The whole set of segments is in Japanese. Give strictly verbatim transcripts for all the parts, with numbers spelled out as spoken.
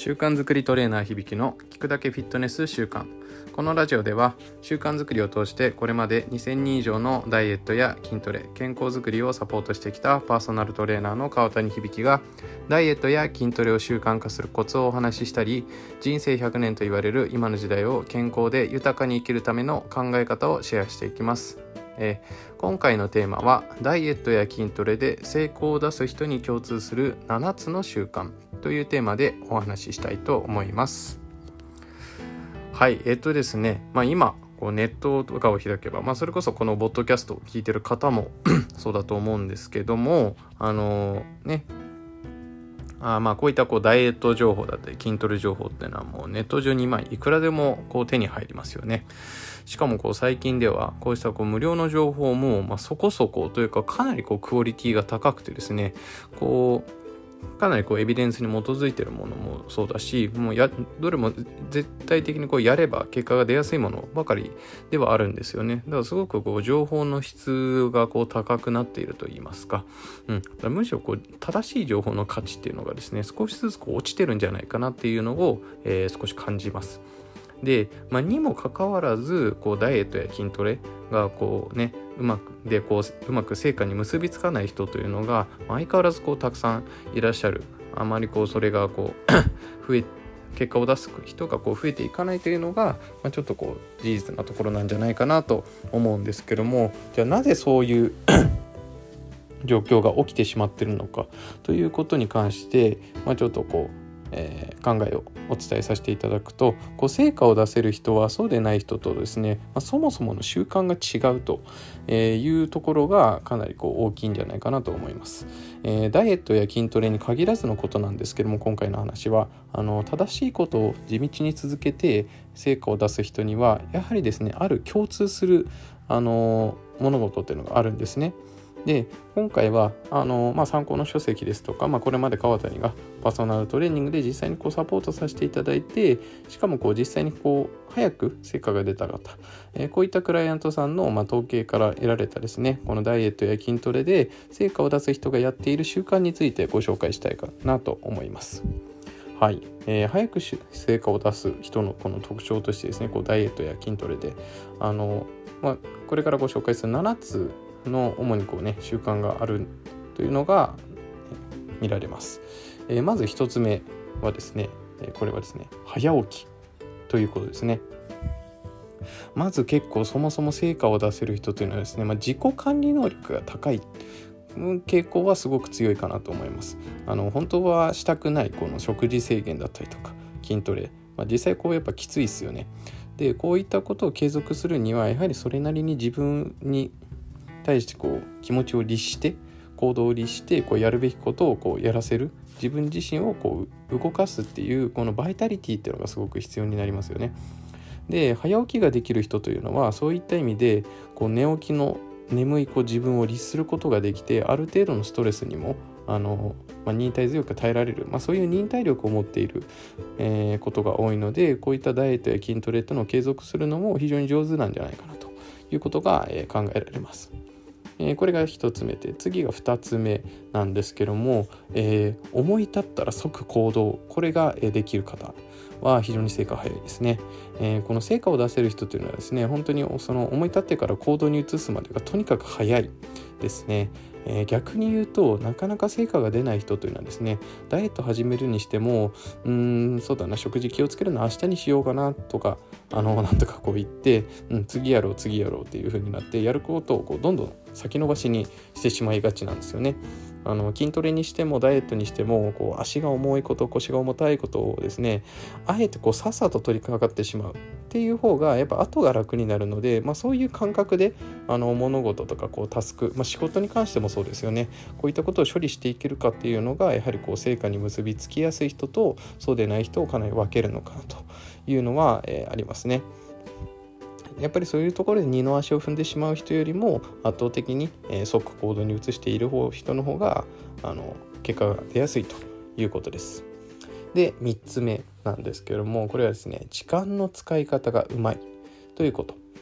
習慣作りトレーナー響の聞くだけフィットネス習慣。このラジオでは習慣作りを通してこれまでにせんにん以上のダイエットや筋トレ、健康づくりをサポートしてきたパーソナルトレーナーの川谷響がダイエットや筋トレを習慣化するコツをお話ししたり、人生ひゃくねんと言われる今の時代を健康で豊かに生きるための考え方をシェアしていきます。えー、今回のテーマはダイエットや筋トレで成功を出す人に共通するななつの習慣というテーマでお話ししたいと思います。はいえっとですね、まあ、今こうネットとかを開けば、まあ、それこそこのポッドキャストを聞いてる方もそうだと思うんですけども、あのー、ねあまあこういったこうダイエット情報だったり筋トレ情報っていうのはもうネット上にまあいくらでもこう手に入りますよね。しかもこう最近ではこうしたこう無料の情報もまあそこそこというかかなりこうクオリティが高くてですね、こうかなりこうエビデンスに基づいているものもそうだし、もうやどれも絶対的にこうやれば結果が出やすいものばかりではあるんですよね。だからすごくこう情報の質がこう高くなっていると言いますか、うん、だからむしろこう正しい情報の価値っていうのがですね少しずつこう落ちてるんじゃないかなっていうのを、えー、少し感じます。で、まあ、にもかかわらずこうダイエットや筋トレがこうねうまくでこううまく成果に結びつかない人というのが相変わらずこうたくさんいらっしゃる。あまりこうそれがこう増え結果を出す人がこう増えていかないというのが、まあ、ちょっとこう事実なところなんじゃないかなと思うんですけども、じゃあなぜそういう状況が起きてしまっているのかということに関して、まあ、ちょっとこうえー、考えをお伝えさせていただくと、こう成果を出せる人はそうでない人とですね、まあ、そもそもの習慣が違うというところがかなりこう大きいんじゃないかなと思います。えー、ダイエットや筋トレに限らずのことなんですけども、今回の話はあの正しいことを地道に続けて成果を出す人にはやはりですねある共通するあの物事っていうのがあるんですね。で今回はあの、まあ、参考の書籍ですとか、まあ、これまで川谷がパーソナルトレーニングで実際にこうサポートさせていただいて、しかもこう実際にこう早く成果が出た方、えー、こういったクライアントさんの、まあ、統計から得られたですねこのダイエットや筋トレで成果を出す人がやっている習慣についてご紹介したいかなと思います。はい、えー、早く成果を出す人のこの特徴としてですね、こうダイエットや筋トレであの、まあ、これからご紹介するななつの主にこうね習慣があるというのが見られます。えー、まず一つ目はですね、これはですね早起きということですね。まず結構そもそも成果を出せる人というのはですね、まあ、自己管理能力が高い傾向はすごく強いかなと思います。あの本当はしたくないこの食事制限だったりとか筋トレ、まあ、実際こうやっぱきついですよね。でこういったことを継続するにはやはりそれなりに自分に対してこう気持ちを律して行動を律してこうやるべきことをこうやらせる、自分自身をこう動かすっていうこのバイタリティっていうのがすごく必要になりますよね。で早起きができる人というのはそういった意味でこう寝起きの眠いこう自分を律することができて、ある程度のストレスにもあの、まあ、忍耐強く耐えられる、まあ、そういう忍耐力を持っている、えー、ことが多いので、こういったダイエットや筋トレというのを継続するのも非常に上手なんじゃないかなということが、えー、考えられます。えー、これが一つ目で、次が二つ目なんですけども、えー、思い立ったら即行動、これができる方は非常に成果早いですね。えー、この成果を出せる人というのはですね、本当にその思い立ってから行動に移すまでがとにかく早いですね。えー、逆に言うとなかなか成果が出ない人というのはですね、ダイエット始めるにしてもうーんそうだな食事気をつけるのは明日にしようかなとかあのなんとかこう言って、うん、次やろう次やろうっていう風になってやることをこうどんどん先延ばしにしてしまいがちなんですよね。あの筋トレにしてもダイエットにしてもこう足が重いこと腰が重たいことをですねあえてこうさっさと取り掛かってしまうっていう方がやっぱ後が楽になるので、まあ、そういう感覚であの物事とかこうタスク、まあ、仕事に関してもそうですよね。こういったことを処理していけるかっていうのがやはりこう成果に結びつきやすい人とそうでない人をかなり分けるのかなというのは、えー、ありますね。やっぱりそういうところで二の足を踏んでしまう人よりも圧倒的に、えー、即行動に移している方人の方があの結果が出やすいということです。でみっつめなんですけれども、これはですね時間の使い方がうまいということ。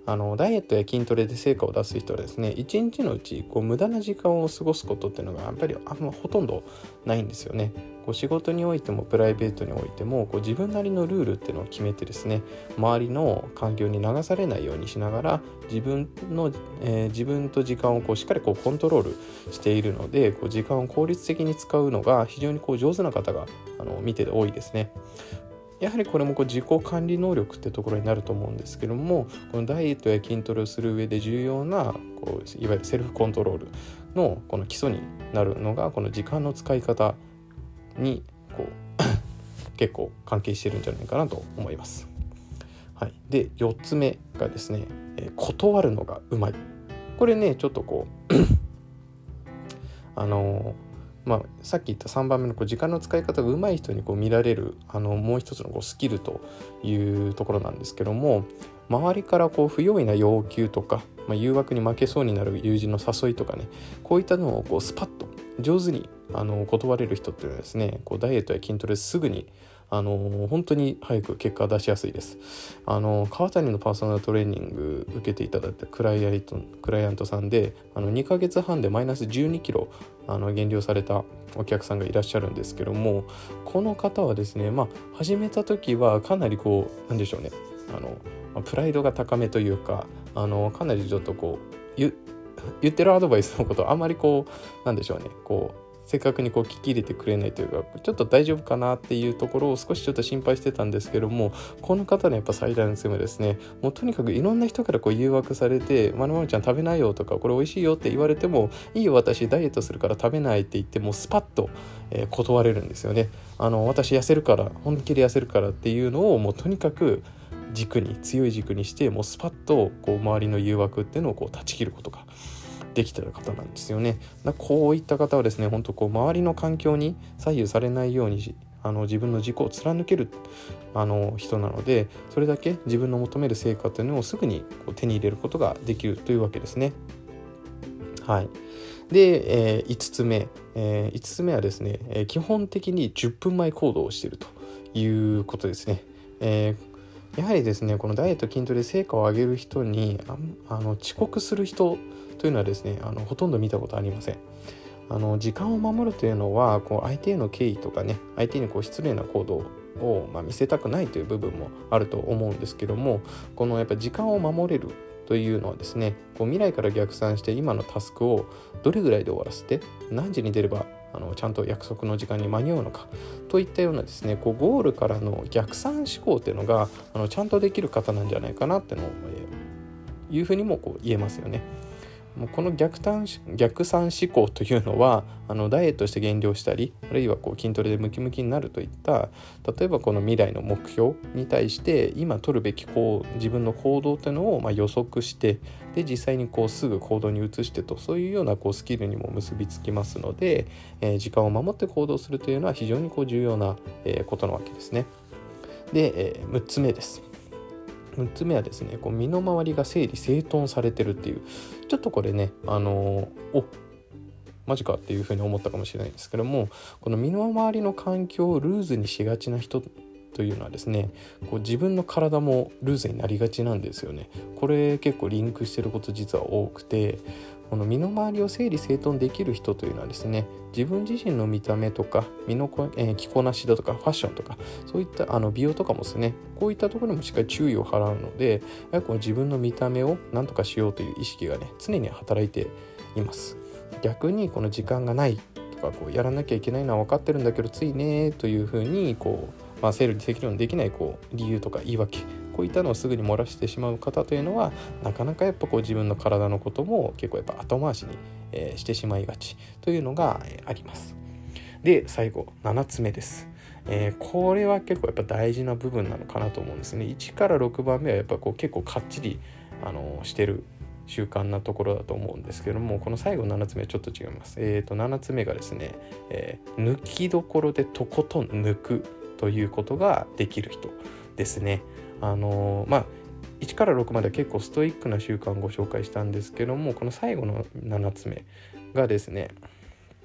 あのダイエットや筋トレで成果を出す人はですね、一日のうちこう無駄な時間を過ごすことっていうのがやっぱりあんまほとんどないんですよね。こう仕事においてもプライベートにおいてもこう自分なりのルールっていうのを決めてですね、周りの環境に流されないようにしながら自分の、えー、自分と時間をこうしっかりこうコントロールしているので、こう時間を効率的に使うのが非常にこう上手な方があの見てて多いですね。やはりこれもこう自己管理能力ってところになると思うんですけども、このダイエットや筋トレをする上で重要なこういわゆるセルフコントロールのこの基礎になるのがこの時間の使い方にこう結構関係してるんじゃないかなと思います。はい、でよっつめがですね、えー、断るのがうまい。これねちょっとこうあのーまあ、さっき言ったさんばんめのこう時間の使い方が上手い人にこう見られるあのもう一つのこうスキルというところなんですけども、周りからこう不用意な要求とか、まあ、誘惑に負けそうになる友人の誘いとかね、こういったのをこうスパッと上手にあの断れる人っていうのはですね、こうダイエットや筋トレすぐにあの本当に早く結果を出しやすいです。あの川谷のパーソナルトレーニング受けていただいたクライアント、クライアントさんであのにかげつはんでマイナスじゅうにキロあの減量されたお客さんがいらっしゃるんですけども、この方はですね、まあ始めた時はかなりこうなんでしょうね、あのプライドが高めというか、あのかなりちょっとこう言言ってるアドバイスのことをあまりこうなんでしょうね、こう正確にこう聞き入れてくれないというか、ちょっと大丈夫かなっていうところを少しちょっと心配してたんですけども、この方のやっぱ最大の強みはですね、もうとにかくいろんな人からこう誘惑されて、まるまるちゃん食べないよとか、これ美味しいよって言われても、いいよ私ダイエットするから食べないって言ってもスパッと、えー、断れるんですよね。あの私痩せるから、本気で痩せるからっていうのをもうとにかく軸に強い軸にして、もうスパッとこう周りの誘惑っていうのをこう断ち切ることができてる方なんですよね。だこういった方はですね、本当こう周りの環境に左右されないようにあの自分の軸を貫けるあの人なので、それだけ自分の求める成果というのをすぐにこう手に入れることができるというわけですね。はい。で、えー、いつつめ、えー、いつつめはですね、えー、基本的にじゅっぷんまえ行動をしているということですね。えーやはりですね、このダイエット筋トレで成果を上げる人にああの遅刻する人というのはですね、あのほとんど見たことありません。あの時間を守るというのはこう相手への敬意とかね、相手にこう失礼な行動を、まあ、見せたくないという部分もあると思うんですけども、このやっぱり時間を守れるというのはですね、こう未来から逆算して今のタスクをどれぐらいで終わらせて何時に出ればあのちゃんと約束の時間に間に合うのかといったようなですね、こうゴールからの逆算思考っていうのがあのちゃんとできる方なんじゃないかなってのを、えー、いうふうにもこう言えますよね。もうこの逆算逆算思考というのはあのダイエットして減量したり、あるいはこう筋トレでムキムキになるといった例えばこの未来の目標に対して今取るべきこう自分の行動というのをまあ予測して、で実際にこうすぐ行動に移してと、そういうようなこうスキルにも結びつきますので、えー、時間を守って行動するというのは非常にこう重要な、えー、ことなわけですね。で、えー、むっつめです。むっつめはですね、こう身の回りが整理整頓されてるっていう、ちょっとこれね、あのー、おマジかっていうふうに思ったかもしれないんですけども、この身の回りの環境をルーズにしがちな人というのはですね、こう自分の体もルーズになりがちなんですよね。これ結構リンクしてること実は多くて、この身の回りを整理整頓できる人というのはですね、自分自身の見た目とか身のこ、えー、着こなしだとかファッションとか、そういったあの美容とかもですね、こういったところにもしっかり注意を払うので、やはりこの自分の見た目を何とかしようという意識がね、常に働いています。逆にこの時間がないとか、こうやらなきゃいけないのは分かってるんだけどついねというふうにこう、まあ、整理できるようにできないこう理由とか言い訳、こういったのをすぐに漏らしてしまう方というのは、なかなかやっぱこう自分の体のことも結構やっぱ後回しに、えー、してしまいがちというのが、えー、あります。で最後ななつめです。えー、これは結構やっぱ大事な部分なのかなと思うんですね。いちからろくばんめはやっぱこう結構かっちり、あのー、してる習慣なところだと思うんですけども、この最後ななつめはちょっと違います。えーとななつめがですね、えー、抜きどころでとことん抜くということができる人ですね。あのー、まあいちからろくまでは結構ストイックな習慣をご紹介したんですけども、この最後のななつめがですね、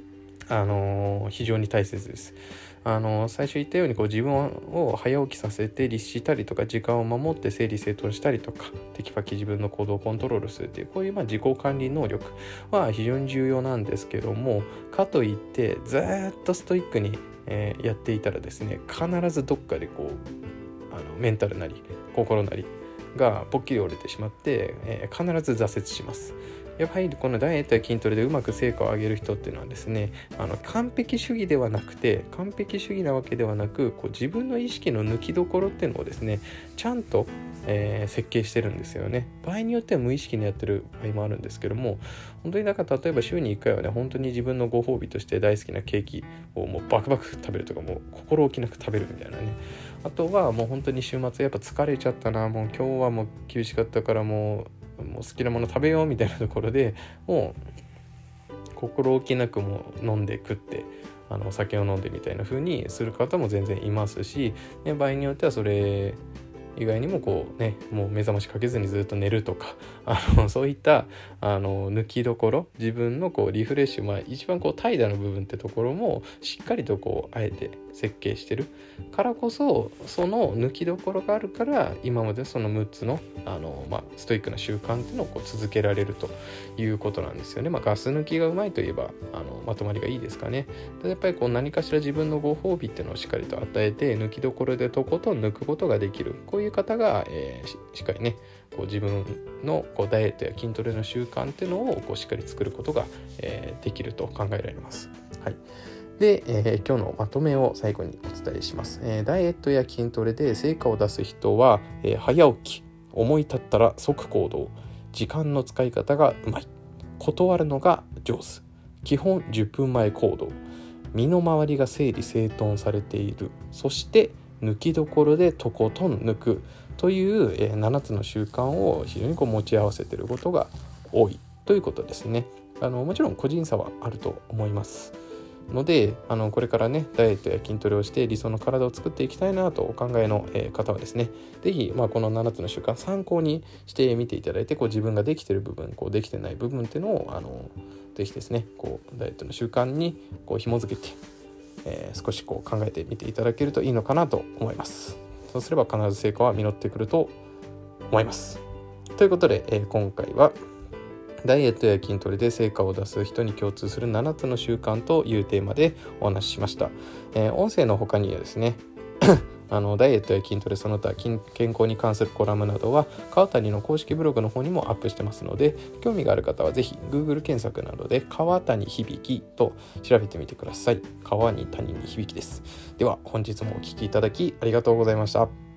あのー、非常に大切です。あの最初言ったようにこう自分を早起きさせて律したりとか、時間を守って整理整頓したりとか、テキパキ自分の行動をコントロールするっていう、こういうまあ自己管理能力は非常に重要なんですけども、かといってずっとストイックに、えー、やっていたらですね、必ずどっかでこうあのメンタルなり心なりがぽっきり折れてしまって、えー、必ず挫折します。やはりこのダイエットや筋トレでうまく成果を上げる人っていうのはですね、あの完璧主義ではなくて、完璧主義なわけではなく、こう自分の意識の抜きどころっていうのをですね、ちゃんと、えー、設計してるんですよね。場合によっては無意識にやってる場合もあるんですけども、本当にだから例えば週にいっかいはね、本当に自分のご褒美として大好きなケーキをもうバクバク食べるとか、もう心置きなく食べるみたいなね。あとはもう本当に週末やっぱ疲れちゃったな、もう今日はもう厳しかったからもうもう好きなもの食べようみたいなところで、もう心置きなくもう飲んで食ってあのお酒を飲んでみたいな風にする方も全然いますし、ね、場合によってはそれ以外にもこうね、もう目覚ましかけずにずっと寝るとか、あのそういったあの抜きどころ、自分のこうリフレッシュ、まあ一番こう怠惰の部分ってところもしっかりとこうあえて設計してるからこそ、その抜きどころがあるから今までそのむっつのあの、まあ、ストイックな習慣っていうのをこう続けられるということなんですよね。まあガス抜きがうまいといえばあのまとまりがいいですかね。やっぱりこう何かしら自分のご褒美っていうのをしっかりと与えて、抜きどころでとことん抜くことができる、こういう方が、えー、し, しっかりねこう自分のこうダイエットや筋トレの習慣っていうのをこうしっかり作ることが、えー、できると考えられます。はい。で、えー、今日のまとめを最後にお伝えします。えー、ダイエットや筋トレで成果を出す人は、えー、早起き、思い立ったら即行動、時間の使い方がうまい、断るのが上手、基本じゅっぷんまえ行動、身の回りが整理整頓されている、そして抜きどころでとことん抜くという、えー、ななつの習慣を非常にこう持ち合わせていることが多いということですね。あのもちろん個人差はあると思いますので、あのこれからねダイエットや筋トレをして理想の体を作っていきたいなとお考えの、えー、方はですね、ぜひ、まあ、このななつの習慣参考にしてみていただいて、こう自分ができている部分、こうできてない部分っていうのをあのぜひですね、こうダイエットの習慣にこう紐づけて、えー、少しこう考えてみていただけるといいのかなと思います。そうすれば必ず成果は実ってくると思います。ということで、えー、今回はダイエットや筋トレで成果を出す人に共通するななつの習慣というテーマでお話ししました。えー、音声の他にはですねあのダイエットや筋トレその他健康に関するコラムなどは川谷の公式ブログの方にもアップしてますので、興味がある方はぜひ Google 検索などで川谷響と調べてみてください。川に谷に響きです。では本日もお聞きいただきありがとうございました。